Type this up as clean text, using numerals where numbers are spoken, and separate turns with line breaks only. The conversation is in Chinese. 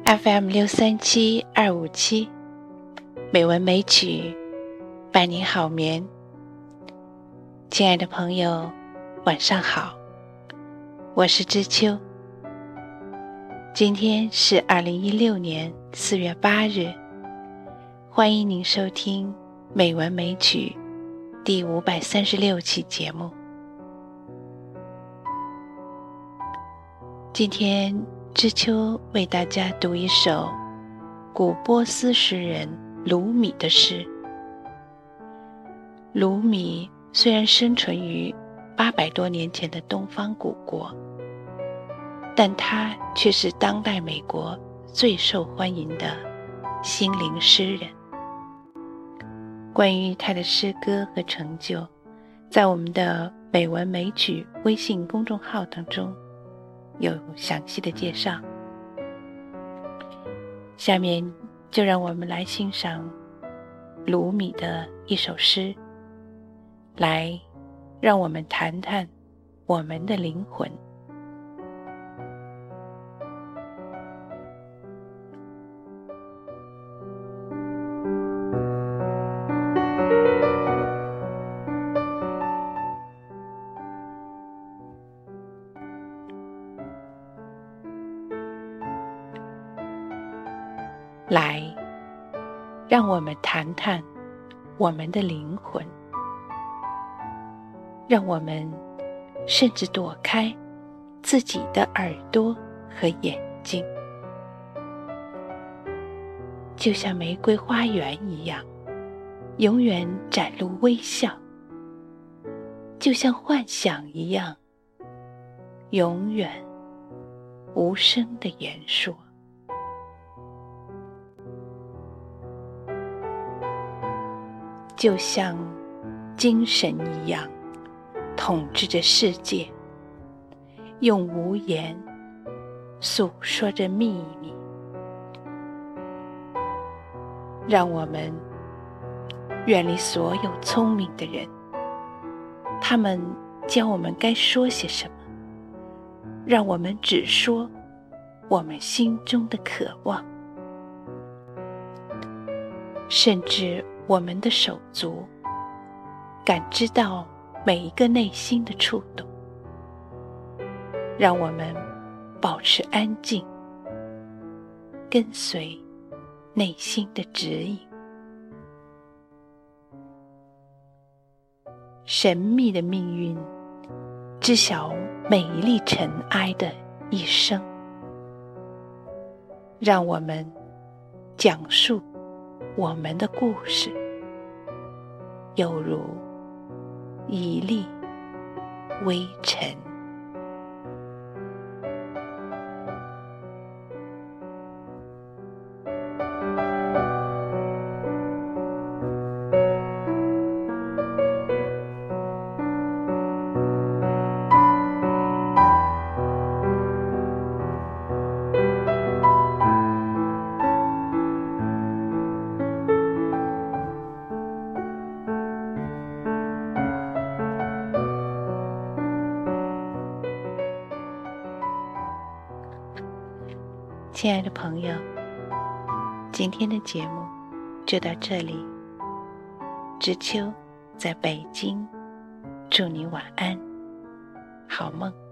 FM637257，美文美曲伴您好眠。亲爱的朋友，晚上好，我是知秋。今天是2016年4月8日，欢迎您收听美文美曲第536期节目。今天知秋为大家读一首古波斯诗人鲁米的诗。鲁米虽然生存于800多年前的东方古国，但他却是当代美国最受欢迎的心灵诗人。关于他的诗歌和成就，在我们的美文美曲微信公众号当中有详细的介绍。下面就让我们来欣赏鲁米的一首诗，来让我们谈谈我们的灵魂。来，让我们谈谈我们的灵魂，让我们甚至躲开自己的耳朵和眼睛，就像玫瑰花园一样，永远展露微笑，就像幻想一样，永远无声的言说。就像精神一样，统治着世界，用无言诉说着秘密。让我们远离所有聪明的人，他们教我们该说些什么，让我们只说我们心中的渴望。甚至我们的手足感知到每一个内心的触动，让我们保持安静，跟随内心的指引。神秘的命运知晓每一粒尘埃的一生，让我们讲述我们的故事，犹如一粒微尘。亲爱的朋友，今天的节目就到这里。知秋在北京，祝你晚安，好梦。